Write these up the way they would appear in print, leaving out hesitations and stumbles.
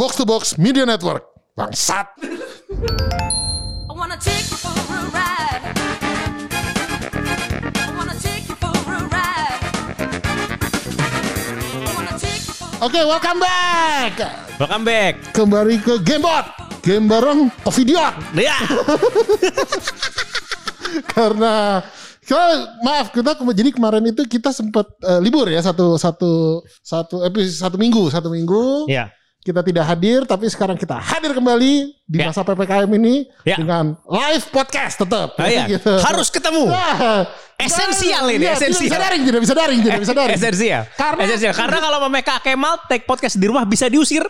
Box to Box Media Network. Bangsat. I wanna take you for a ride. I wanna take you for a ride. I wanna take you for Oke, welcome back. Welcome back. Kembali ke Gamebot. Game bareng Covidiot. Ya. Karena maaf kita jadi kemarin itu kita sempat libur ya satu episode satu minggu. Ya. Kita tidak hadir, tapi sekarang kita hadir kembali di masa PPKM ini dengan live podcast tetap. Iya. Gitu. Harus ketemu. Nah, Esensial ini, esensial. Tidak bisa daring. Esensial. Karena kalau Mama Kak Kemal take podcast di rumah bisa diusir.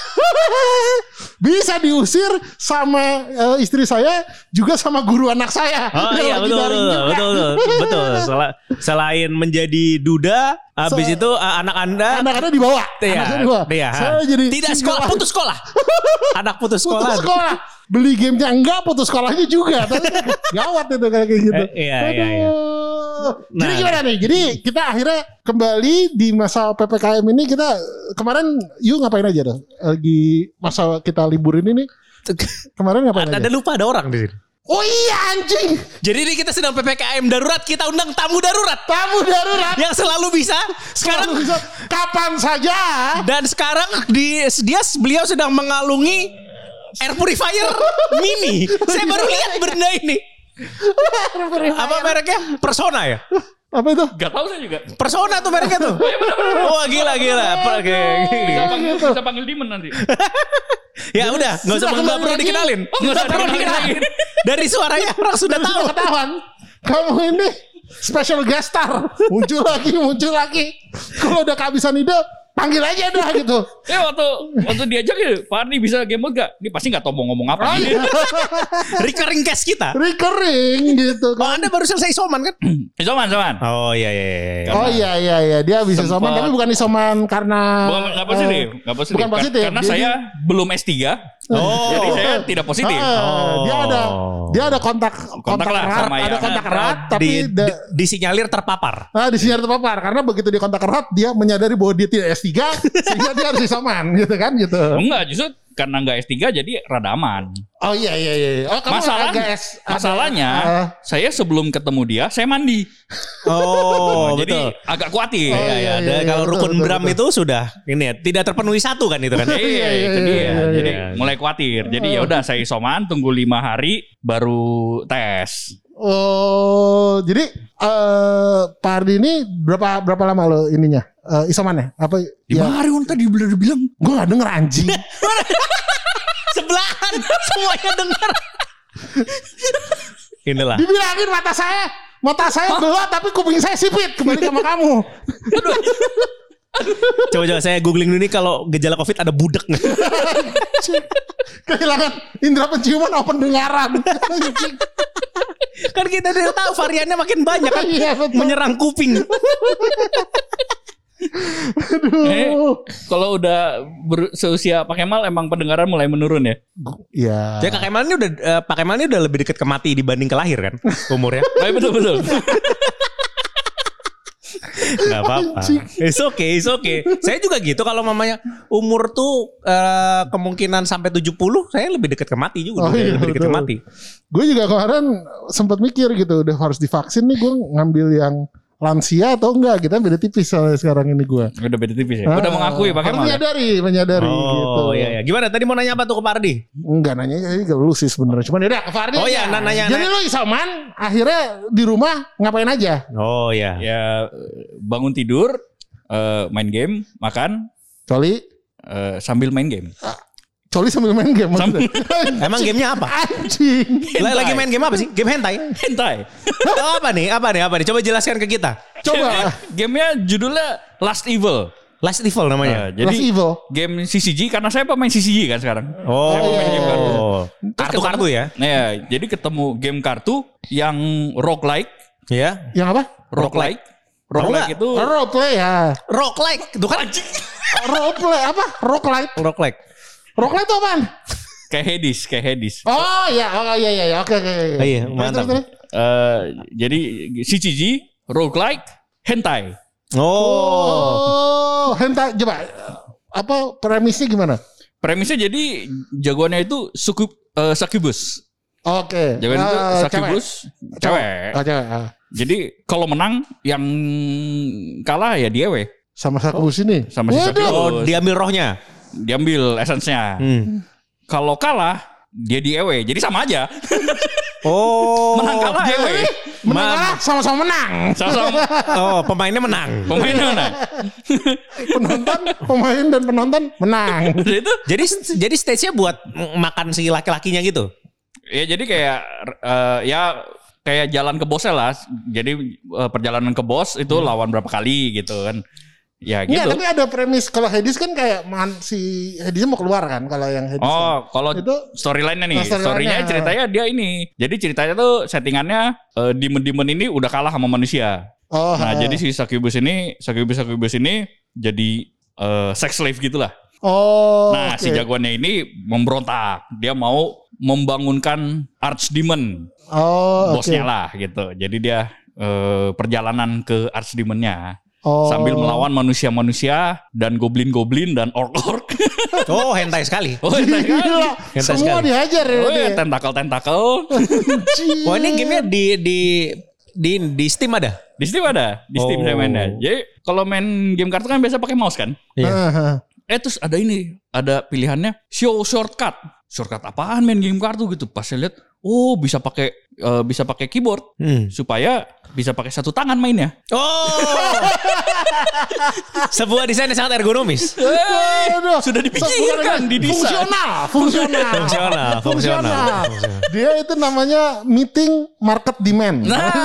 Bisa diusir sama istri saya juga sama guru anak saya. Oh iya betul. Selain menjadi duda, habis itu anak Anda dibawa. Iya. Saya jadi tidak sekolah, putus sekolah. Anak putus sekolah. Putus sekolah. Beli gamenya enggak, putus sekolahnya juga. Gawat itu kayak gitu. Iya. Nah, jadi gimana nih? Jadi kita akhirnya kembali di masa PPKM ini. Kita kemarin ngapain aja tuh? Lagi masa kita libur ini nih. Kemarin ngapain aja? Ada lupa ada orang di sini. Oh iya anjing. Jadi ini kita sedang PPKM darurat, kita undang tamu darurat. Yang selalu bisa. Sekarang bisa kapan saja. Dan sekarang beliau sedang mengalungi air purifier mini. Saya baru lihat benda ini. Apa mereknya? Persona ya? Apa itu? Gak tahu saya juga. Persona tuh mereknya tuh. Wah gila. Bisa panggil Demon nanti. Ya udah, nggak perlu dikenalin. Nggak perlu dikenalin. Dari suaranya orang sudah tahu. Ketahuan. Kamu ini special guest star. Muncul lagi. Kalau udah kehabisan ide, panggil aja dah gitu. Waktu diajak ya, Pak Ardi bisa game mode gak? Ini pasti gak tau mau ngomong apa. Recurring cast kita. Recurring gitu kan. Oh, Anda baru selesai isoman kan? Isoman. Oh iya. Oh iya. Dia bisa isoman tapi bukan isoman karena Gak positif. Bukan positif. Karena saya belum S3. Jadi saya tidak positif. Dia ada kontak erat, ada kontak erat tapi disinyalir terpapar. Disinyalir terpapar karena begitu dia kontak erat dia menyadari bahwa dia tidak S3 sehingga dia harus isoman gitu kan gitu. Enggak, justru karena enggak S3 jadi rada aman. Oh iya. Oh, Masalahnya saya sebelum ketemu dia saya mandi. Oh, jadi agak khawatir. Iya. Kalau rukun Bram itu sudah ini ya, tidak terpenuhi satu kan itu kan. Iya, itu dia. Jadi mulai khawatir. Jadi ya udah saya isoman tunggu 5 hari baru tes. Oh, jadi Pak Ardi ini berapa lama lo ininya isomannya? Apa? 5 hari tadi udah bilang. Gue nggak denger anjing. Sebelahan semuanya dengar. Inilah. Dibilangin mata saya gelap tapi kuping saya sipit kembali sama kamu. Coba saya googling dulu nih kalau gejala COVID ada budek nggak? Kehilangan indera penciuman atau pendengaran. Kan kita udah tahu variannya makin banyak kan menyerang kuping. Kalau udah seusia Pak Kemal emang pendengaran mulai menurun ya? Iya. Jadi Pak Kemal ini udah lebih dekat ke mati dibanding ke lahir kan umurnya. Betul. Gak apa-apa. It's okay. Saya juga gitu kalau mamanya umur tuh kemungkinan sampai 70 saya lebih dekat ke mati juga. Lebih dekat ke mati. Gue juga kemarin sempat mikir gitu udah harus divaksin nih gue ngambil yang lansia atau enggak kita beda tipis soalnya sekarang ini gue. Udah beda tipis ya? Udah mengakui Pak Kemal. Menyadari gitu. Oh iya. Gimana tadi mau nanya apa tuh ke Pak Ardi? Enggak nanya ke lu sih sebenarnya. Cuman ya Pak Ardi. Oh iya nanya. Jadi lu isoman akhirnya di rumah ngapain aja? Oh iya. Ya bangun tidur, main game, makan. Coli sambil main game. Coli sambil main game Emang gamenya apa? Anjing. Lagi main game apa sih? Game hentai? Oh, apa nih? Coba jelaskan ke kita. Coba. Gamenya judulnya Last Evil namanya. Jadi Last Evil. Game CCG karena saya pemain CCG kan sekarang. Kartu ya. Nah, jadi ketemu game kartu yang roguelike. Ya. Yang apa? Roguelike itu roleplay ya. Roguelike. Itu kan roleplay apa? Roguelike itu apaan? Kayak Hades. Oh iya. Oke. Iya, mantap. Jadi CCG, roguelike, hentai. Oh, hentai coba apa premisnya gimana? Premisnya jadi jagoannya itu Succubus. Oke. Jagoan itu Succubus cewek. Oh, cewek. Jadi kalau menang yang kalah ya dia Sama Succubus ini. sama si Succubus. Oh, diambil rohnya. Diambil esensnya. Kalau kalah dia di ewe. Jadi sama aja. Oh. Menang kalah ewe. Menang kalah sama-sama menang. Sama-sama Oh, pemainnya menang. pemainnya menang. Pemain dan penonton menang. Itu Jadi stage-nya buat makan si laki-lakinya gitu. ya jadi kayak kayak jalan ke bosnya lah. Jadi perjalanan ke bos itu lawan berapa kali gitu kan. Ya gitu. Enggak, tapi ada premis kalau Hades kan kayak si Hadesnya mau keluar kan kalau yang Hades. Oh, kalau itu storyline-nya nih. storyline-nya. Story-nya ceritanya dia ini. Jadi ceritanya tuh settingannya demon-demon ini udah kalah sama manusia. Oh, Nah, jadi si Succubus ini jadi sex slave gitulah. Oh. Nah, si jagoannya ini memberontak. Dia mau membangunkan archdemon. Oh, Bosnya lah gitu. Jadi dia perjalanan ke archdemonnya. Oh. Sambil melawan manusia-manusia dan goblin-goblin dan orc-orc. Oh, hentai sekali. Oh, hentai sekali. Gila, Hentai semua sekali. dihajar ya. Oh berarti ya, ya? tentakel-tentakel. Wah, ini gamenya di Steam ada? Di Steam ada. Di Steam saya mainnya. Jadi kalau main game kartu kan biasa pakai mouse kan. Iya. Terus ada ini. Ada pilihannya show shortcut. Shortcut apaan main game kartu gitu. Pas saya lihat, oh bisa pakai keyboard. Supaya bisa pakai satu tangan mainnya. Oh. Sebuah desain yang sangat ergonomis. Aduh, Sudah dipikirkan di desain. Fungsional. Dia itu namanya meeting market demand.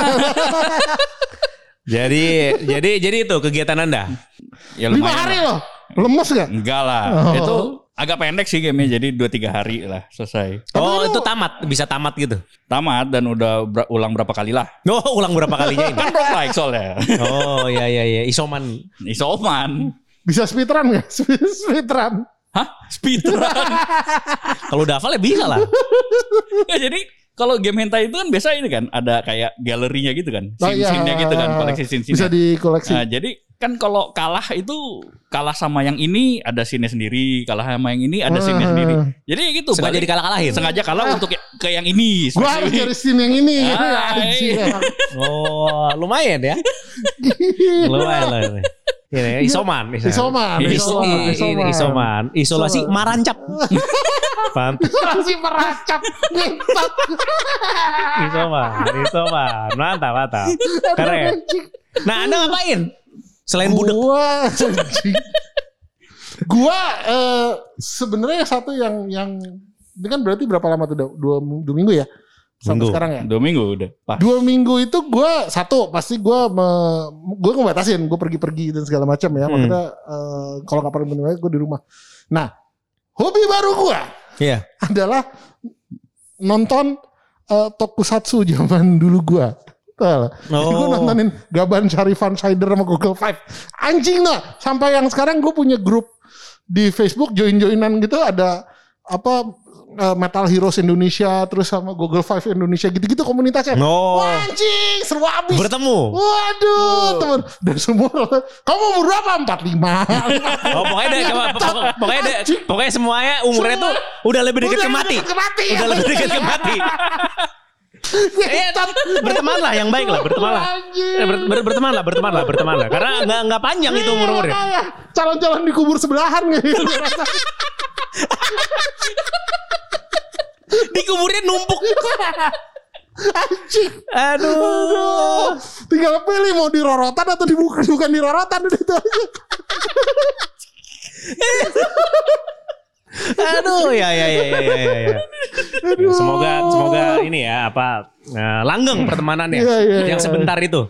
Jadi itu kegiatan Anda. Ya 5 lumayan hari lah. loh. Lemes gak? Enggak lah. Oh. Itu agak pendek sih gamenya. Jadi 2-3 hari lah selesai. Oh, itu bisa tamat gitu. Tamat dan udah ulang berapa kali lah. Oh, ulang berapa kalinya ini? Kan roguelike soalnya. Oh, iya. Isoman. Isoman. Bisa speedrun gak? Speedrun. Hah? Speedrun? Kalau udah hafal ya bisa lah. Ya, jadi kalau game hentai itu kan biasa ini kan ada kayak galerinya gitu kan. Oh, iya. Scene-scene-nya gitu kan, koleksi scene-scene. Bisa dikoleksi. Nah, jadi kan kalau kalah itu kalah sama yang ini ada scene-nya sendiri, kalah sama yang ini ada scene-nya sendiri. Jadi gitu. Sengaja dikalah-kalahin. Sengaja kalah untuk ke yang ini. Gua harus cari scene yang ini. Ah, Anjing. Oh, lumayan ya. Lumayan lah. Ini isoman. Isolasi marancap. Pantes. Isolasi meracap. Ngetak. Isoman. Mantap. Keren. Nah, Anda ngapain? Selain budek. Gua sebenarnya satu yang ini kan berarti berapa lama tuh? 2 minggu ya? Sampai sekarang ya? 2 minggu udah. Pas. 2 minggu itu gue pasti gue ngebatasin, gue pergi-pergi dan segala macam ya. Makanya kalau nggak perlu benar gue di rumah. Nah, hobi baru gue adalah nonton tokusatsu zaman dulu gue. Gue nontonin Gaban Sharifan Shider sama Google Five. Anjing nah, sampai yang sekarang gue punya grup di Facebook join-joinan gitu ada apa Metal Heroes Indonesia terus sama Google Five Indonesia gitu-gitu komunitasnya. Wah, anjing seru abis. Bertemu. Waduh, teman. Dan semua kamu umur berapa? 45. Oh, pokoknya semuanya umurnya tuh udah lebih dekat ke mati. Udah lebih dekat ke mati. Bertemanlah yang baik lah, bertemanlah. Karena nggak panjang itu umurnya. Calon-calon di kubur sebelahan gitu. Di kuburnya numpuk. Anjing. Aduh. Tinggal pilih mau di rorotan atau bukan di rorotan udah itu aja. Aduh, ya. Semoga ini ya langgeng pertemanannya yang sebentar itu.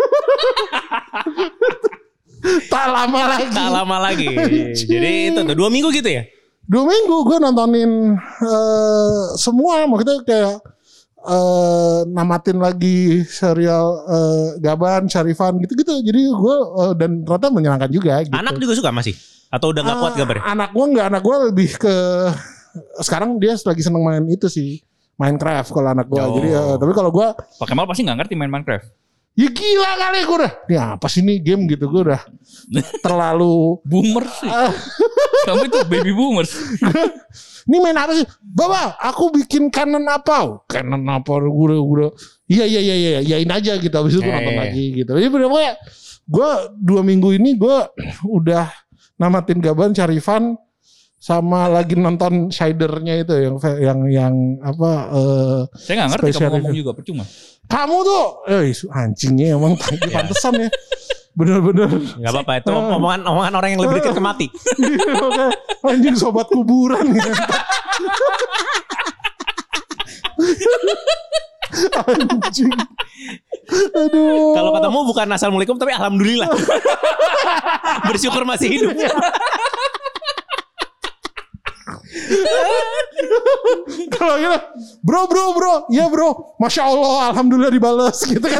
Tak lama lagi. Jadi itu tuh 2 minggu gitu ya. 2 minggu gue nontonin semua, maksudnya kayak namatin lagi serial Gaban, Sharifan gitu-gitu. Jadi gue dan ternyata menyenangkan juga. Gitu. Anak juga suka masih? Atau udah gak kuat gambarnya? Anak gue enggak, anak gue lebih ke sekarang dia lagi seneng main itu sih, Minecraft kalau anak gue. Jadi tapi kalau gue Pak Kemal pasti nggak ngerti main Minecraft. Ya gila kali gue udah. Ini apa sih nih game gitu, gue udah terlalu Boomer sih. Kamu itu baby boomers. Ini main apa sih? Bapak, aku bikin canon apa? Canon apa? Gue iya, yain aja gitu. Habis itu gue nonton lagi gitu. Jadi bener-bener gue 2 minggu ini gue udah namatin Gaban, Syarifan, sama lagi nonton Shidernya itu yang apa? Saya nggak ngerti kamu ngomong juga percuma. Kamu tuh, anjingnya emang pantesan ya. Bener-bener. Gak apa-apa, itu omongan orang yang lebih dekat ke mati. Anjing sobat kuburan. Anjing. Aduh. Kalau katamu bukan assalamualaikum tapi alhamdulillah. Bersyukur masih hidup. Kalau gitu, bro, iya bro, masya Allah, alhamdulillah dibalas gitu kan.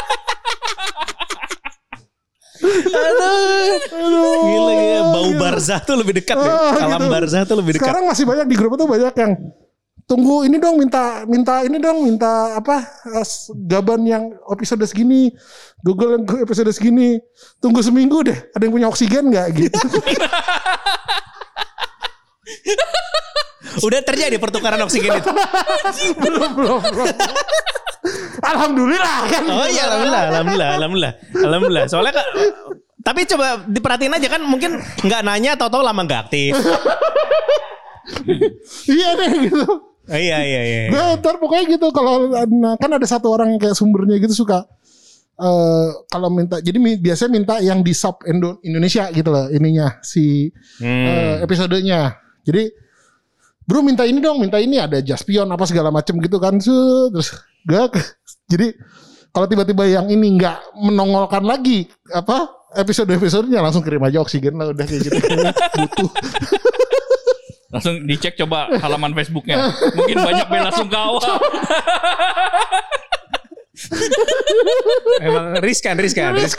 Aduh. Gila, bau barzah tuh lebih dekat ya. Alam gitu. barzah tuh lebih dekat. Sekarang masih banyak di grup itu banyak yang tunggu ini dong, minta apa Gaban yang episode segini, Google yang episode segini, tunggu seminggu deh, ada yang punya oksigen nggak gitu. Udah terjadi pertukaran oksigen itu. belum. Alhamdulillah kan. Oh iya, alhamdulillah. Soalnya tapi coba diperhatiin aja kan, mungkin nggak nanya, tahu-tahu lama nggak aktif. Iya deh gitu. Iya. Gue ntar pokoknya gitu, kalau kan ada satu orang yang kayak sumbernya gitu suka kalau minta, jadi biasanya minta yang di sub Indonesia gitu loh ininya si episodenya. Jadi bro minta ini dong, minta ini, ada Jaspion apa segala macem gitu kan. Terus jadi kalau tiba-tiba yang ini nggak menongolkan lagi apa episode-episodenya, langsung kirim aja oksigen lah, udah kayak gitu. Butuh. Langsung dicek coba halaman Facebooknya. Mungkin banyak bela sungkawa. Emang riskan. Itu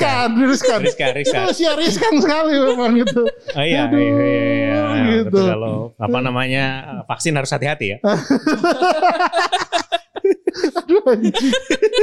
sih riskan sekali memang gitu. Oh iya. Gitu. Betul, kalau apa namanya vaksin harus hati-hati ya. Aduh anjing.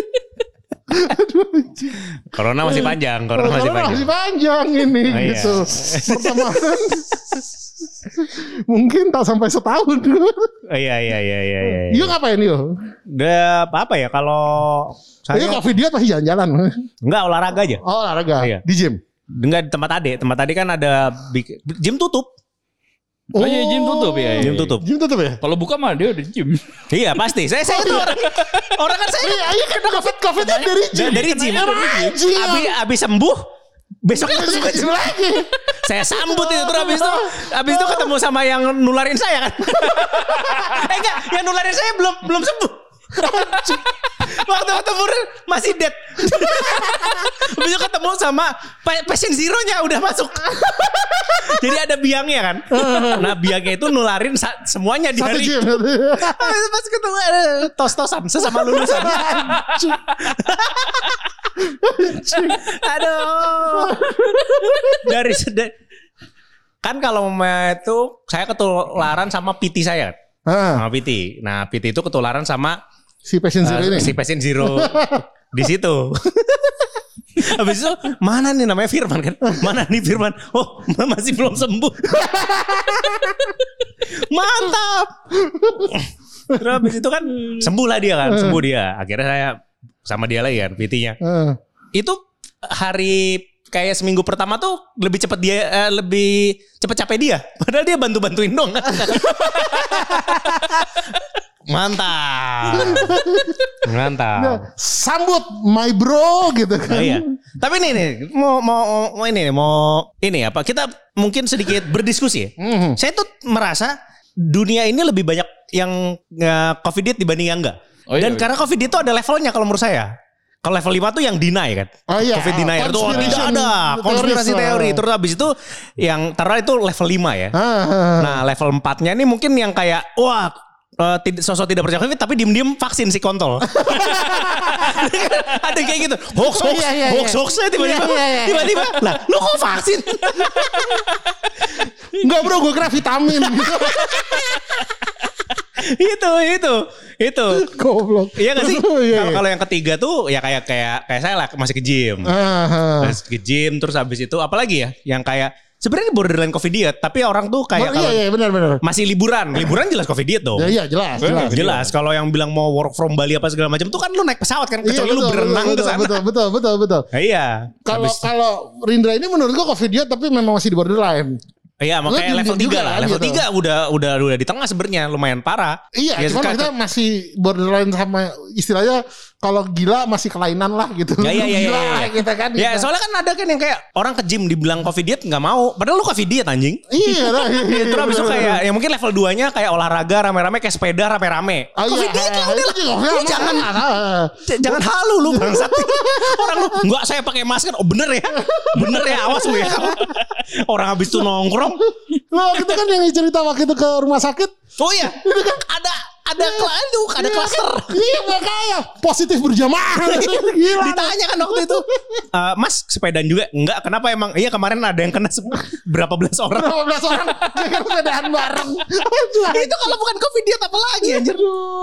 Corona masih panjang. Masih panjang ini gitu. Pertemanan mungkin tak sampai setahun. Iya. Iya ngapain yo? Udah apa ya kalau saya Covid dia masih jalan-jalan. Enggak, olahraga aja. Oh, olahraga. Iya. Di gym. Enggak, di tempat Ade kan ada gym tutup. Oh iya, gym tutup ya. Gym tutup. Gym tutup ya? Kalau buka mah dia udah gym. Iya pasti. Saya itu orang kan saya. Iya kena Covid dari gym. Dari gym. Abis sembuh besok langsung ke gym lagi. Saya sambut itu terus abis itu ketemu sama yang nularin saya kan. Enggak, yang nularin saya belum sembuh. Waktu ketemu masih dead. Bisa ketemu sama patient zero-nya udah masuk. Jadi ada biangnya kan. Nah biangnya itu nularin semuanya di hari itu. Pas ketemu tos-tosan sesama lulusan. Aduh. Dari kan kalau itu saya ketularan sama PT saya. Sama PT. Nah PT itu ketularan sama si patient zero ini. Si patient zero di situ. Habis itu mana nih namanya Firman kan? Mana nih Firman? Oh masih belum sembuh. Mantap. Terus habis itu kan sembuh lah dia kan, sembuh dia. Akhirnya saya sama dia lagi kan PT-nya. Itu hari kayak seminggu pertama tuh lebih cepat dia lebih cepat capek dia. Padahal dia bantu-bantuin dong. Mantap. Nah, sambut my bro gitu kan. Oh, iya. Tapi nih mau ini apa? Kita mungkin sedikit berdiskusi. Saya tuh merasa dunia ini lebih banyak yang COVID dibanding yang enggak. Oh, iya, Dan karena COVID itu ada levelnya kalau menurut saya. Kalau level 5 tuh yang deny kan. Oh, iya. COVID denier itu tidak ada konspirasi teori. Terus habis itu yang terakhir itu level 5 ya. Nah level 4-nya ini mungkin yang kayak wah sosok tidak percaya COVID tapi diem-diem vaksin si kontol. Ada kayak gitu. Hoax tiba-tiba. Lah lu kok vaksin? Enggak bro, gue kira vitamin. Itu. Goblok. Iya gak sih? Iya. Kalau yang ketiga tuh ya kayak saya lah masih ke gym. Masih ke gym terus habis itu apalagi ya yang kayak sebenarnya borderline COVID diet tapi orang tuh kayak Iya benar. masih liburan jelas COVID diet dong. Iya jelas. Kalau yang bilang mau work from Bali apa segala macam tuh kan lu naik pesawat kan kecuali lu berenang ke sana. Betul. Iya. Kalau Rindra ini menurut gua COVID diet tapi memang masih di borderline. Iya, makanya level 3 lah. Level 3 udah di tengah sebenarnya lumayan parah. Iya, cuman kita masih borderline sama istilahnya kalau gila masih kelainan lah gitu. Iya. Gila kita kan. Ya, soalnya kan ada kan yang kayak orang ke gym dibilang COVID diet enggak mau. Padahal lu COVID diet anjing. Iya. Terus abis itu kayak yang mungkin level 2-nya kayak olahraga rame-rame kayak sepeda rame-rame. COVID diet lah udah lah. Jangan halu lu bangsat. Orang lu enggak saya pakai masker. Oh bener ya. Awas lu ya. Orang habis itu nongkrong. Loh kita kan yang cerita waktu itu ke rumah sakit. Oh iya. Ada kluster. Iya makanya positif berjamaah. Gila. Ditanya kan waktu itu. Mas sepedaan juga? Enggak. Kenapa emang? Iya kemarin ada yang kena berapa belas orang. Dengan sepedaan bareng. Itu kalau bukan COVID diet apa lagi anjir.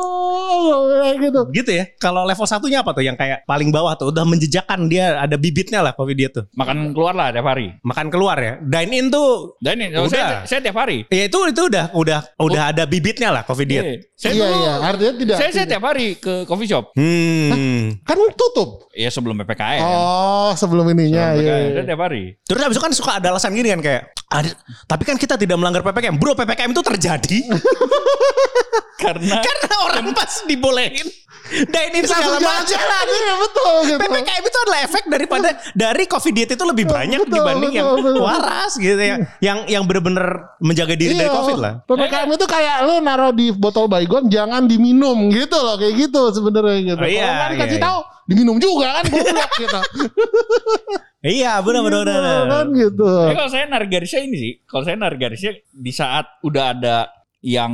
Gitu ya. Kalau level 1-nya apa tuh yang kayak paling bawah tuh udah menjejakkan dia ada bibitnya lah COVID diet tuh. Makan keluar lah tiap hari. Makan keluar ya. Dine in tuh. Saya tiap hari. Ya itu udah ada bibitnya lah COVID diet. Iya, artinya tidak. Saya tiap hari ke coffee shop. Kan tutup. Iya sebelum PPKM. Oh, sebelum ininya. Iya. Tiap hari. Terus abis itu kan suka ada alasan gini kan kayak, tapi kan kita tidak melanggar PPKM. Bro, PPKM itu terjadi. Karena orang pas dibolehin. Dine in segala macam. Betul. Gitu. PPKM itu adalah efek dari COVID diet itu lebih banyak dibanding yang waras gitu ya. Yang benar-benar menjaga diri dari COVID lah. PPKM itu kayak lu naruh di botol baygon jangan diminum gitu loh, kayak gitu sebenarnya gitu. Oh, iya, kalau dikasih tahu diminum juga kan goblok gitu. Iya, benar. Kan gitu. Kalau saya narik garisnya ini sih. Kalau saya narik garisnya di saat udah ada yang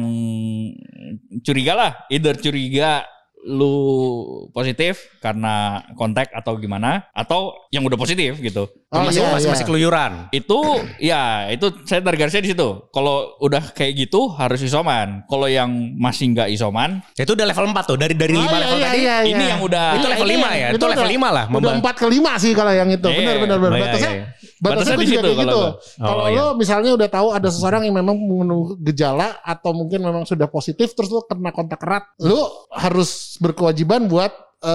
curiga lah, either curiga lu positif karena kontak atau gimana, atau yang udah positif gitu. Masih keluyuran. Itu saya tarik garisnya di situ. Kalau udah kayak gitu harus isoman. Kalau yang masih nggak isoman, itu udah level 4 tuh dari 5 level tadi. Ini yang udah itu level 5 ya. Itu level 5 lah. Udah 4 ke 5 sih kalau yang itu. Benar. Batasnya di situ kayak gitu. Kalau lo misalnya udah tahu ada seseorang yang memang mengandung gejala atau mungkin memang sudah positif terus lo kena kontak erat, lo harus berkewajiban buat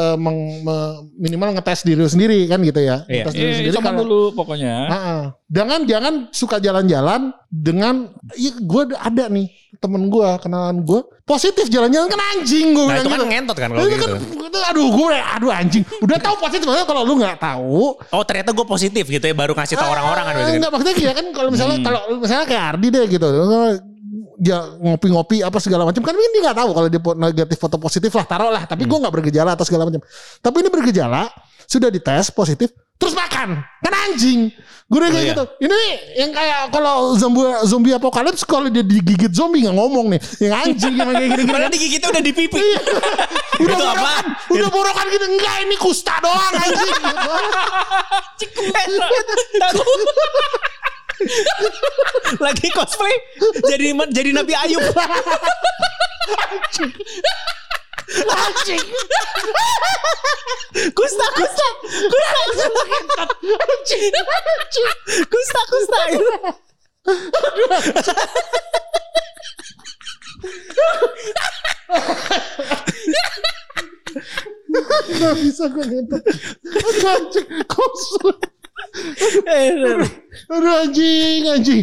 minimal ngetes diri sendiri kan gitu ya. Ngetes diri sendiri sama dulu pokoknya. Jangan suka jalan-jalan dengan gue ada nih temen gue, kenalan gue positif jalan-jalan kan anjing gue bilang itu kan gitu. ngentot kan kalau gitu. Aduh anjing. Udah tahu positif kalau lu nggak tahu. Oh ternyata gue positif gitu ya baru ngasih tahu orang-orang kan gitu. Enggak maksudnya ya kan kalau misalnya kayak Ardi deh gitu. Dia ngopi-ngopi apa segala macam kan ini nggak tahu kalau dia negatif atau positif lah taruh lah, tapi gue nggak bergejala atau segala macam, tapi ini bergejala sudah dites positif terus makan kan anjing gue udah kayak gitu. Ini yang kayak kalau zombie apokalips kalau dia digigit zombie nggak ngomong nih yang anjing yang kayak gini padahal digigitnya udah di pipi. udah borokan gitu, enggak ini kusta doang anjing. Lagi cosplay jadi Nabi Ayub. Anjing. Kusta. Gak bisa gue ngentot. Anjing kosong. Aduh anjing.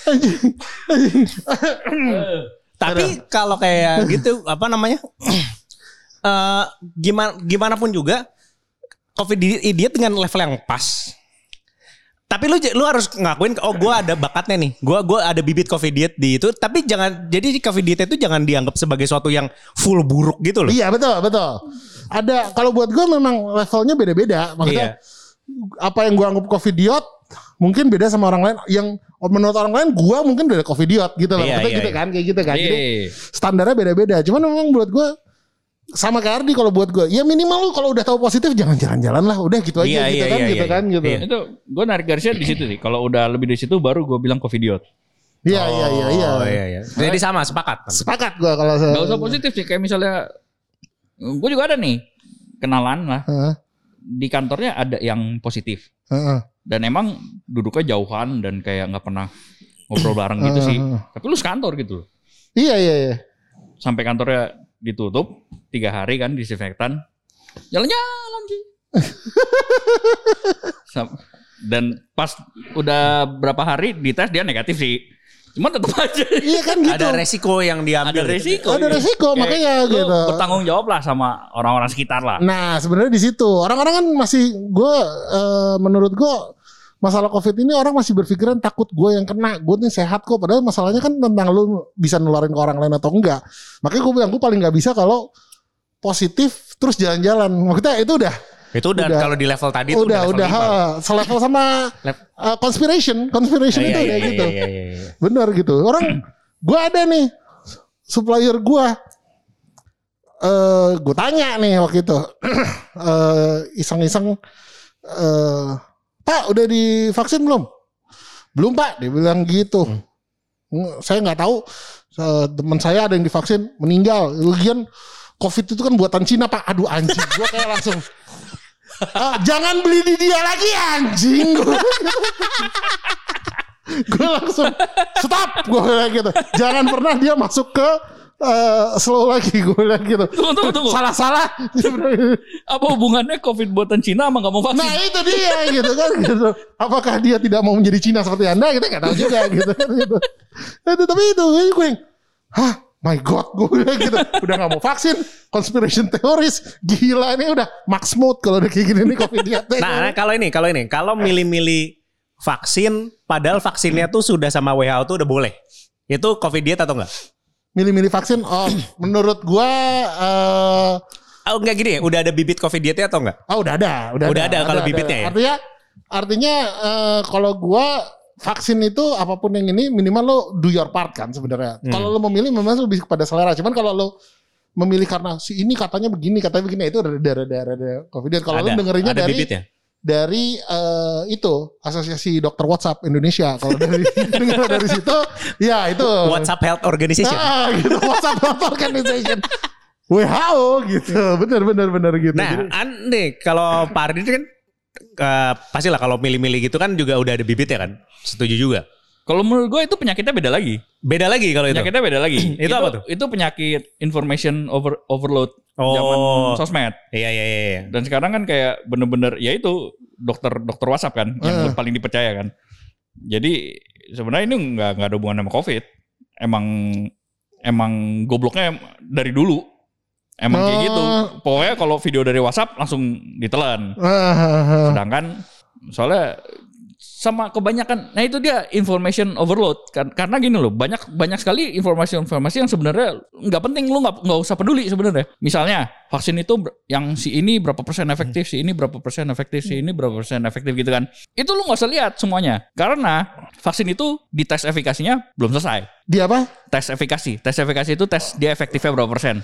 Tapi kalau kayak gitu apa namanya? Gimana pun juga COVID diet dengan level yang pas. Tapi lu harus ngakuin gue ada bakatnya nih. Gue ada bibit COVID diet di itu, tapi jadi COVID diet itu jangan dianggap sebagai suatu yang full buruk gitu loh. Iya, betul. Ada kalau buat gue memang levelnya beda-beda. Maksudnya apa yang gue anggap COVID diet mungkin beda sama orang lain yang menurut orang lain gue mungkin udah COVID diet gitu loh. Kan kayak gitu kan. Jadi standarnya beda-beda. Cuman memang buat gue sama kayak Ardi, kalau buat gue ya minimal lu kalau udah tahu positif jangan jalan-jalan lah, udah gitu aja gitu kan. Itu gue narik garisnya di situ sih. Kalau udah lebih dari situ baru gue bilang COVID diet. Iya. Oh iya. Jadi sama sepakat. Sepakat gue kalau Gak usah positif sih. Kayak misalnya gue juga ada nih kenalan lah. Di kantornya ada yang positif. Dan emang duduknya jauhan dan kayak gak pernah ngobrol bareng gitu sih. Tapi lu sekantor gitu. Iya. Sampai kantornya ditutup 3 hari kan disinfektan. Jalan-jalan sih. Dan pas udah berapa hari dites dia negatif sih. Cuma tetap aja. Iya kan gitu. Ada resiko yang diambil. Ada resiko makanya lu gitu. bertanggung jawab lah sama orang-orang sekitar lah. Nah sebenarnya di situ orang-orang kan masih menurut gue masalah COVID ini orang masih berpikiran takut gue yang kena, gue nih sehat kok. Padahal masalahnya kan tentang lu bisa nularin ke orang lain atau enggak. Makanya gue bilang gue paling nggak bisa kalau positif terus jalan-jalan. Maksudnya itu udah kalau di level tadi itu udah selevel sama conspiration itu udah gitu. Iya. Benar gitu. Orang gue ada nih supplier gue tanya nih waktu itu iseng-iseng Pak udah divaksin belum? Belum Pak, dia bilang gitu. Saya nggak tahu teman saya ada yang divaksin meninggal. Lagian COVID itu kan buatan Cina Pak. Aduh anjing, gue kayak langsung jangan beli di dia lagi anjing. Gue langsung stop, gue bilang gitu. Jangan pernah dia masuk ke slow lagi, gue bilang gitu. Tunggu. Salah. Apa hubungannya COVID buatan Cina sama gak mau vaksin? Nah itu dia gitu kan gitu. Apakah dia tidak mau menjadi Cina seperti Anda? Kita nggak tahu juga gitu. Tapi itu gue yang my God, gue bilang gitu. Udah gak mau vaksin, conspiration theories, gila ini udah max mode kalau udah kayak gini nih COVID dietnya. Nah kalau milih-milih vaksin, padahal vaksinnya tuh sudah sama WHO tuh udah boleh. Itu COVID diet atau enggak? Milih-milih vaksin, menurut gue enggak gini ya, udah ada bibit COVID dietnya atau enggak? Udah ada kalau bibitnya ya. Artinya kalau gue vaksin itu apapun yang ini minimal lo do your part kan sebenarnya. Kalau lo memilih memang lebih kepada selera. Cuman kalau lo memilih karena si ini katanya begini itu ada COVID. Kalau lo dengerinnya dari itu Asosiasi Dokter WhatsApp Indonesia. Kalau dari situ ya itu WhatsApp Health Organization. Gitu WhatsApp Health Organization. WHO gitu. Benar gitu. Nah, nih kalau Pak Ardi kan pastilah kalau milih-milih gitu kan juga udah ada bibit ya kan? Setuju juga. Kalau menurut gue itu penyakitnya beda lagi. Beda lagi kalau itu? Penyakitnya beda lagi. Itu apa tuh? Itu penyakit information overload zaman sosmed. Iya. Dan sekarang kan kayak bener-bener ya itu dokter WhatsApp kan yang paling dipercaya kan. Jadi sebenarnya ini nggak ada hubungan sama COVID. Emang gobloknya dari dulu. Emang kayak gitu. Pokoknya kalau video dari WhatsApp langsung ditelan. Sedangkan soalnya sama kebanyakan, nah itu dia information overload kan, karena gini loh, banyak sekali informasi yang sebenarnya nggak penting, lu nggak usah peduli sebenarnya. Misalnya vaksin itu yang si ini berapa persen efektif, si ini berapa persen efektif, si ini berapa persen efektif gitu kan, itu lu nggak usah lihat semuanya, karena vaksin itu di tes efikasinya belum selesai. Di apa? Tes efikasi itu tes dia efektifnya berapa persen.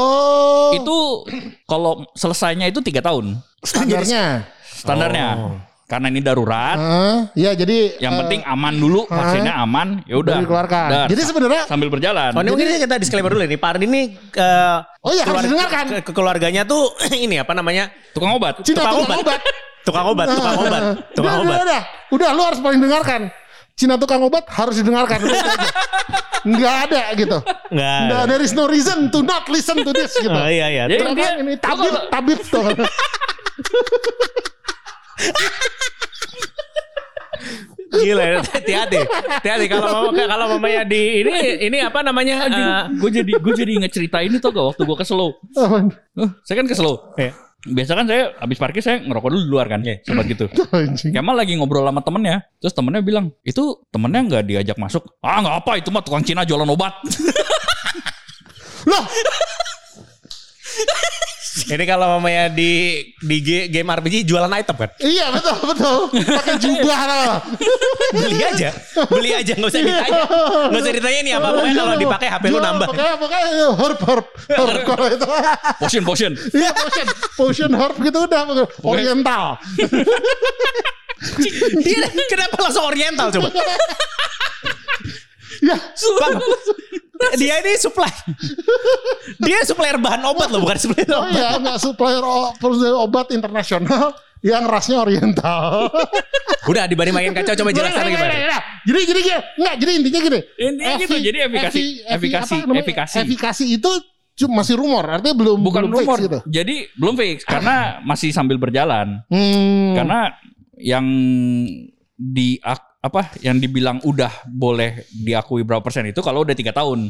Itu kalau selesainya itu 3 tahun standarnya. Karena ini darurat. Ya jadi yang penting aman dulu, vaksinnya aman, ya udah dikeluarkan. Jadi sebenarnya sambil berjalan. Ini mungkin kita disclaimer dulu nih. Pak Ardi ini harus dengarkan. Keluarganya tuh ini apa namanya? Tukang obat. Tukang obat. Udah lu harus paling dengarkan. Cina tukang obat harus didengarkan. Nggak ada gitu. Nggak, there is no reason to not listen to this gitu. Iya. Jadi ini tabib tuh. Gila, hati-hati kalau mamanya di ini apa namanya? Gue jadi ngeceritain ini tuh gak waktu gue ke Slow. Saya kan ke Slow. Biasa kan saya habis parkir saya ngerokok dulu di luar kan, sobat gitu. Kemal lagi ngobrol sama temennya, terus temennya bilang, itu temennya nggak diajak masuk. Nggak apa, itu mah tukang Cina jualan obat. Loh. Ini kalau mamanya di game RPG jualan item kan? Iya betul. Pakai jubah lah. Beli aja nggak usah ditanya ini apa, pokoknya kalau dipakai HP lu nambah. Pokoknya herb kalau itu. Potion. Iya potion herb gitu udah oriental. Dia kenapa langsung oriental coba? Ya, Bang, dia ini supply. Dia supplier bahan obat loh, bukan supplier oh obat. iya, enggak supplier obat internasional yang rasnya oriental. Udah dibanding makin kacau, coba jelaskan gimana. Jadi intinya gini. Intinya gitu, jadi efikasi itu cuma masih rumor, artinya belum rumor fix gitu. Jadi belum fix karena masih sambil berjalan. Karena yang yang dibilang udah boleh diakui berapa persen itu kalau udah 3 tahun.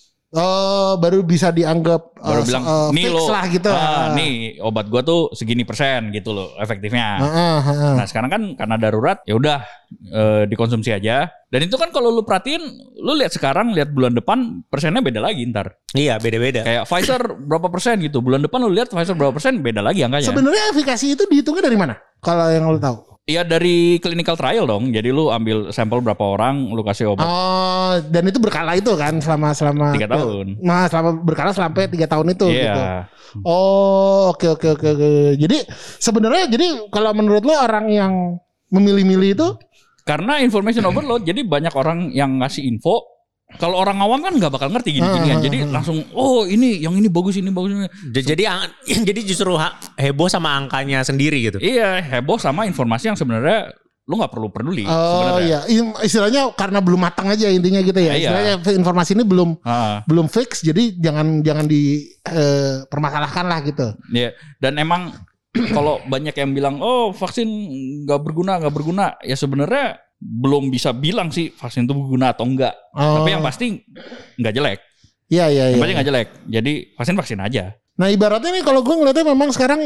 Baru bisa dianggap baru bilang nih fix lo lah gitu. Nih obat gua tuh segini persen gitu loh efektifnya. Nah sekarang kan karena darurat ya udah dikonsumsi aja. Dan itu kan kalau lu perhatiin, lu lihat sekarang, lihat bulan depan persennya beda lagi ntar. Iya beda-beda. Kayak Pfizer berapa persen gitu. Bulan depan lu lihat Pfizer berapa persen beda lagi angkanya. Sebenarnya efikasi itu dihitungnya dari mana? Kalau yang lu tahu? Iya dari clinical trial dong. Jadi lu ambil sampel berapa orang, lu kasih obat. Oh, dan itu berkala itu kan selama 3 tahun. Nah, selama berkala sampai 3 tahun itu gitu. Iya. Oh, oke. Jadi sebenarnya kalau menurut lo orang yang memilih-milih itu karena information overload, jadi banyak orang yang ngasih info. Kalau orang awam kan nggak bakal ngerti gini-ginian. Jadi langsung, oh ini, yang ini bagus, ini bagus. Jadi justru heboh sama angkanya sendiri gitu. Iya, heboh sama informasi yang sebenarnya lu nggak perlu peduli. Oh iya, istilahnya karena belum matang aja intinya gitu ya. Istilahnya informasi ini belum fix, jadi jangan dipermasalahkan lah gitu. Iya, dan emang kalau banyak yang bilang, oh vaksin nggak berguna, ya sebenarnya belum bisa bilang sih vaksin itu berguna atau enggak. Tapi yang pasti nggak jelek. Iya. Yang pasti nggak jelek. Jadi vaksin aja. Nah ibaratnya nih kalau gue ngeliatnya memang sekarang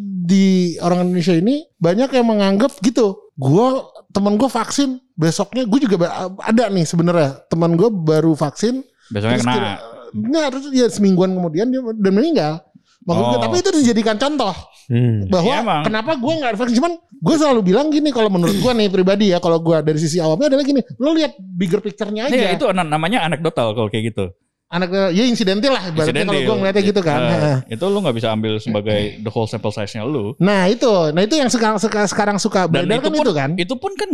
di orang Indonesia ini banyak yang menganggap gitu. Teman gue vaksin, besoknya gue juga ada nih sebenarnya teman gue baru vaksin. Besoknya kena. Terus ya semingguan kemudian dia dan meninggal. Tapi itu dijadikan contoh bahwa kenapa gue nggak vaksin. Cuman gue selalu bilang gini, kalau menurut gue nih pribadi ya, kalau gue dari sisi awamnya adalah gini, lo lihat bigger picture-nya aja. Iya, itu namanya anekdotal kalau kayak gitu. Ya insidentil lah ibaratnya kalau gue ngeliatnya gitu kan. Itu lu nggak bisa ambil sebagai the whole sample size-nya lu. Nah itu yang sekarang suka beredar kan itu kan. Itu pun kan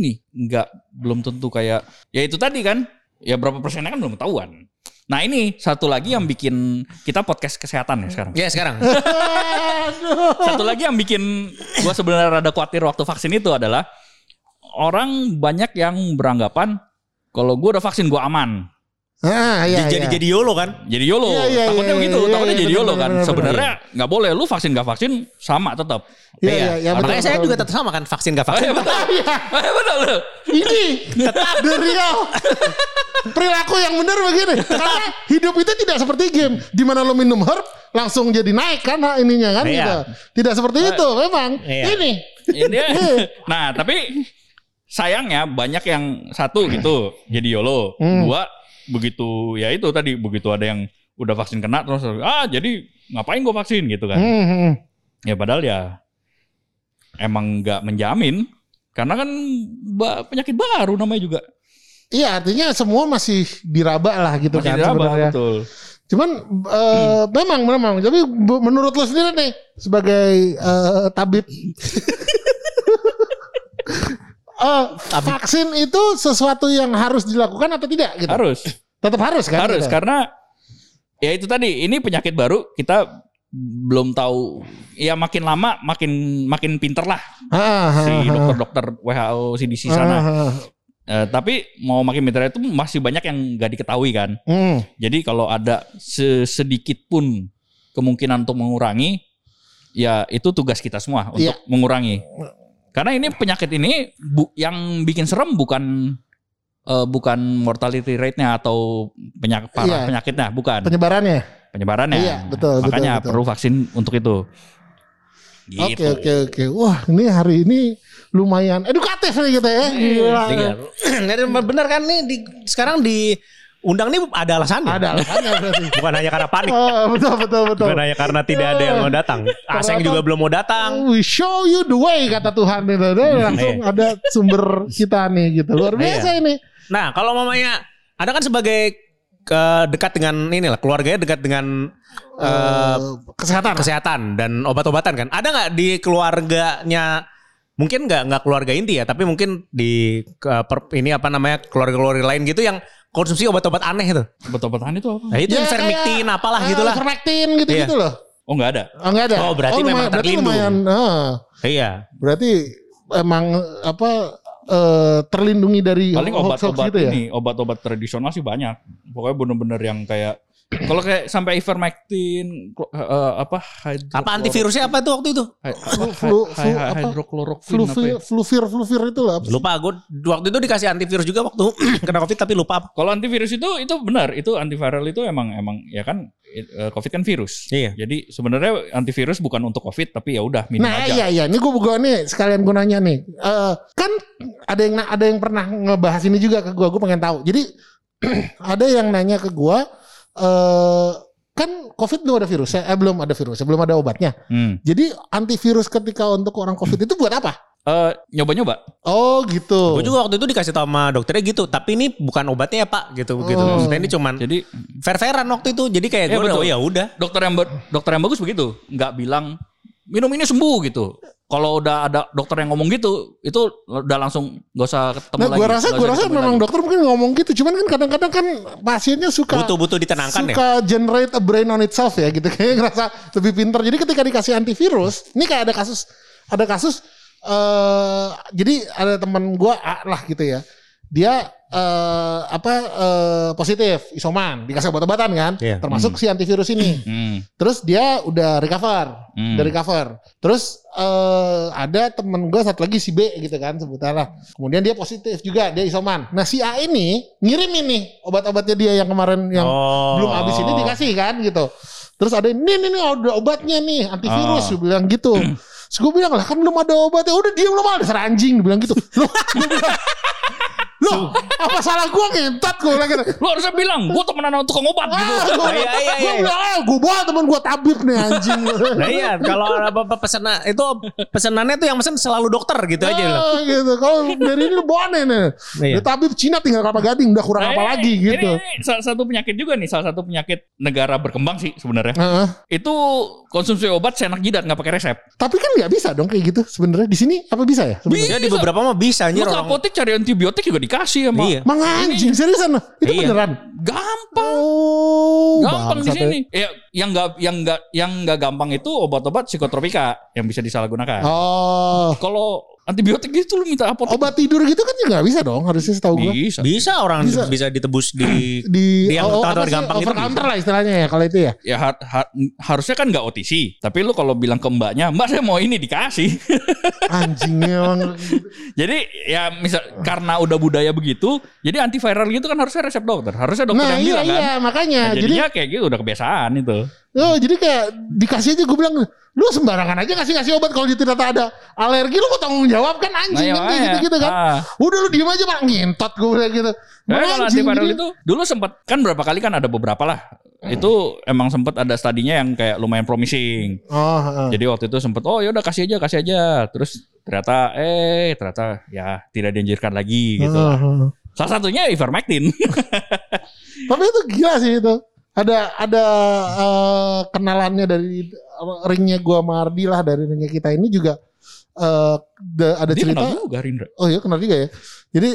belum tentu kayak ya itu tadi kan. Ya berapa persennya kan belum ketahuan. Nah ini satu lagi yang bikin kita podcast kesehatan ya sekarang. Ya sekarang. Satu lagi yang bikin gue sebenarnya rada khawatir waktu vaksin itu adalah orang banyak yang beranggapan kalau gue udah vaksin gue aman. Jadi YOLO kan? Jadi YOLO. Takutnya begitu. Takutnya jadi YOLO kan. Sebenarnya nggak boleh. Lu vaksin nggak vaksin sama tetap. Makanya saya juga tetap sama kan. Vaksin nggak vaksin. Betul. Ini tetap the real. Perilaku yang benar begini. Karena hidup itu tidak seperti game. Dimana lo minum herb langsung jadi naik kan ininya kan gitu. Tidak seperti itu memang. Ini. Nah tapi sayangnya banyak yang satu gitu jadi YOLO. Dua begitu ya itu tadi begitu ada yang udah vaksin kena terus jadi ngapain gue vaksin gitu kan. Ya padahal ya emang nggak menjamin karena kan penyakit baru namanya juga. Iya artinya semua masih diraba lah gitu masih kan diraba, sebenarnya. Betul. Cuman memang tapi menurut lo sendiri nih sebagai tabib vaksin itu sesuatu yang harus dilakukan atau tidak gitu? Harus. Tetap harus kan? Harus gitu? Karena ya itu tadi ini penyakit baru kita belum tahu. Ya makin lama makin pinter lah si dokter-dokter WHO CDC sana. Tapi mau makin pinter itu masih banyak yang nggak diketahui kan. Jadi kalau ada sedikit pun kemungkinan untuk mengurangi, ya itu tugas kita semua untuk mengurangi. Karena ini penyakit ini yang bikin serem bukan mortality rate-nya atau penyakitnya, bukan. Penyebarannya. Iya, betul. Makanya perlu vaksin untuk itu. Gitu. Oke. Wah, ini hari ini lumayan edukatif nih kita ya. Bener kan nih sekarang undang nih ada alasannya. Ada alasannya berarti. Bukan hanya karena panik. Betul. Bukan hanya karena tidak ada yang mau datang. Aseng juga belum mau datang. We show you the way kata Tuhan. Langsung ada sumber kita nih gitu. Luar biasa ini. Nah kalau mamanya Anda kan sebagai dekat dengan inilah keluarganya dekat dengan kesehatan dan obat-obatan kan. Ada nggak di keluarganya? Mungkin nggak keluarga inti ya, tapi mungkin di keluarga-keluarga lain gitu yang konsumsi obat-obat aneh itu. Obat-obatan itu apa? Nah itu Ya, ivermectin kayak, apalah gitulah. Ivermectin gitu-gitu loh. Oh nggak ada. Enggak ada. Oh, berarti memang terlindung. Lumayan, Iya. berarti emang terlindungi dari Paling hoax-hoax obat-obat gitu ya. ini, obat-obat tradisional sih banyak. Pokoknya bener-bener yang kayak kalau kayak sampai ivermectin, Apa antivirusnya apa tuh waktu itu? hidrokloroquine. Fluvir itu lah. Lupa gue waktu itu dikasih antivirus juga waktu kena COVID tapi lupa apa. Kalau antivirus itu benar, itu antiviral itu emang ya kan COVID kan virus. Iya. Jadi sebenarnya antivirus bukan untuk COVID tapi ya udah minum Nah aja. iya ini gue nih sekalian gue nanya nih. Kan ada yang pernah ngebahas ini juga ke gue pengen tahu. Jadi ada yang nanya ke gue. Kan COVID belum ada virusnya, belum ada virusnya, belum ada obatnya. Jadi antivirus ketika untuk orang COVID itu buat apa? Nyoba-nyoba. Oh gitu. Gue juga waktu itu dikasih tau sama dokternya gitu, tapi ini bukan obatnya ya Pak, gitu. Maksudnya ini cuman Jadi fair-fairan waktu itu. Jadi kayak gue betul. ya udah. Dokter yang bagus begitu, nggak bilang minum ini sembuh gitu. Kalau udah ada dokter yang ngomong gitu, itu udah langsung gak usah ketemu Nah, lagi. gue rasa memang dokter mungkin ngomong gitu. Cuman kan kadang-kadang kan pasiennya suka Butuh ditenangkan ya. suka generate a brain on itself ya gitu. Kayak ngerasa lebih pintar. Jadi ketika dikasih antivirus, ini kayak ada kasus. Jadi ada teman gue lah gitu ya. Dia positif isoman, dikasih obat-obatan kan, termasuk si antivirus ini. Terus dia udah recover. Terus ada temen gue satu lagi si B gitu kan sebutanlah. Kemudian dia positif juga, dia isoman. Nah si A ini ngirimin nih obat-obatnya dia yang kemarin yang belum habis ini dikasih kan gitu. Terus ada ini ada obatnya nih antivirus, gue bilang gitu. Terus gue bilang lah kan belum ada obatnya, udah diam lo malah dasar anjing, dia bilang gitu. Loh, apa salah gue ngentot gue bilang gitu. Lo harusnya bilang, gue temenan sama tukang obat gitu. Gue bilang, gue bawa temen gue tabib nih anjing. Nah iya, kalau apa pesanan itu pesanannya tuh yang pesen selalu dokter gitu aja loh. Gitu. Kalau dari ini lu bawa nih. Iya. Tabib Cina tinggal Kelapa Gading, udah kurang apa lagi gitu. Ini salah satu penyakit juga nih, salah satu penyakit negara berkembang sih sebenarnya. Itu konsumsi obat seenak jidat nggak pakai resep. Tapi kan nggak bisa dong kayak gitu sebenarnya. Di sini apa bisa ya? Ya di beberapa mah bisa Lu anjir ke orang. apotek cari antibiotik juga dikasih sama. Iya. Mang anjing seriusan itu Iya. beneran. Gampang. Gampang di bangsat ya. sini. Ya, yang nggak gampang itu obat-obat psikotropika yang bisa disalahgunakan. Oh, Kalau antibiotik gitu lu minta apotek. obat tidur gitu kan juga nggak bisa dong harusnya setahu gue. Bisa. Bisa orang Bisa. bisa ditebus di Di yang tawar apa sih, gampang itu over counter bisa. lah istilahnya ya kalau itu ya. Ya harusnya kan nggak OTC. Tapi lu kalau bilang ke mbaknya, mbak saya mau ini dikasih. Anjingnya emang. Jadi ya misal karena udah budaya begitu, jadi antiviral gitu kan harusnya resep dokter. Harusnya dokter Nah yang bilang kan. iya makanya. Nah, jadinya kayak gitu udah kebiasaan itu. Jadi kayak dikasih aja gue bilang lu sembarangan aja ngasih obat kalau dia ternyata ada alergi lu mau tanggung jawab kan anjing kan kayak gitu kan. Udah lu diem aja Pak ngintot gue bilang gitu. Kalau antiviral itu dulu sempat kan berapa kali kan ada beberapa lah. Itu emang sempat ada studinya yang kayak lumayan promising. Jadi waktu itu sempat ya udah kasih aja. Terus ternyata ya tidak dianjurkan lagi gitu. Salah satunya ivermectin. Tapi itu gila sih itu. Ada kenalannya dari ringnya gua sama Ardi lah dari ringnya kita ini juga ada Dia cerita. kenal juga Rindra. Oh iya kenal juga ya. Jadi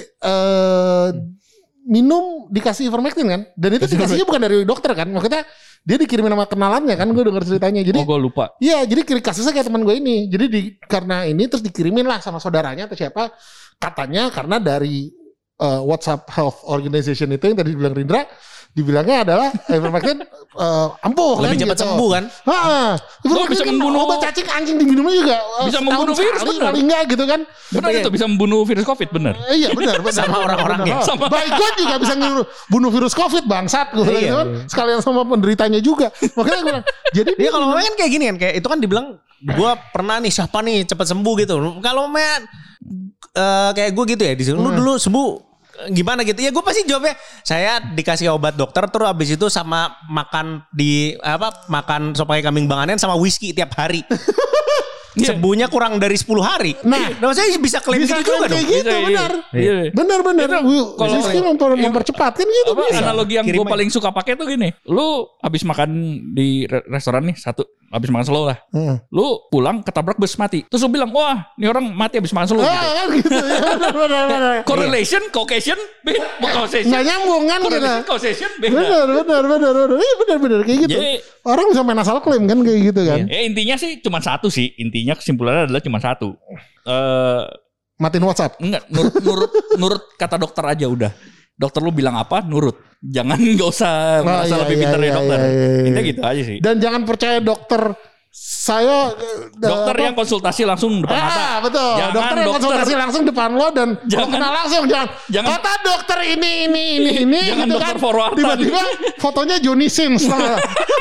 minum dikasih ivermectin kan, dan itu dikasihnya bukan dari dokter kan, maksudnya dia dikirimin sama kenalannya kan, gue dengar ceritanya. Jadi gue lupa. Iya, jadi kasusnya kayak teman gue ini. Jadi karena ini terus dikirimin lah sama saudaranya atau siapa, katanya karena dari WhatsApp Health Organization itu yang tadi dibilang Rindra, dibilangnya adalah ivermectin ampuh Lebih kan, cepat gitu. sembuh kan? Bisa membunuh obat cacing anjing diminumnya juga bisa membunuh setahun virus, sekali, bener. paling enggak gitu kan. Benar itu bisa membunuh virus COVID bener. Iya benar. Sama orang-orangnya. Sama Baygon juga bisa bunuh virus COVID bangsat gue Iya, kan. Sekalian sama penderitanya juga. Makanya gue bilang, jadi Iya kalau kan kayak gini kan, kayak itu kan dibilang gue pernah nih siapa nih cepat sembuh gitu. Kalau kayak gue gitu ya, di sini lu dulu sembuh gimana gitu ya, gue pasti jawabnya saya dikasih obat dokter terus abis itu sama makan makan sop kambing Bang Anen sama whisky tiap hari. Sembuhnya kurang dari 10 hari. Nah, saya bisa klaim bisa gitu juga dong. kayak gitu, Iya, benar. iya. Benar. Kalau Rizky mempercepat kan gitu. Apa bisa. analogi yang gue paling suka pakai tuh gini. Lu habis makan di restoran nih satu, habis makan slow lah. Lu pulang ketabrak bus mati. Terus lu bilang, wah ini orang mati habis makan slow. Gitu ya. Benar. Correlation, causation, Nggak nyambung kan gitu. Causation beda. Benar. Iya benar kayak gitu. Jadi, orang bisa main asal klaim kan kayak gitu kan. Intinya sih cuma satu sih. Intinya kesimpulannya adalah cuma satu. Matiin WhatsApp. Enggak, nurut kata dokter aja udah. Dokter lu bilang apa, nurut. Jangan nggak usah merasa lebih pintar dari dokter. Intinya gitu aja sih. Dan jangan percaya dokter. Dokter yang konsultasi langsung depan mata. Betul. Jangan dokter yang konsultasi langsung depan lo dan lo kenal langsung. Jangan kata dokter ini jangan gitu dokter kan. forward. Tiba-tiba fotonya Johnny Sins.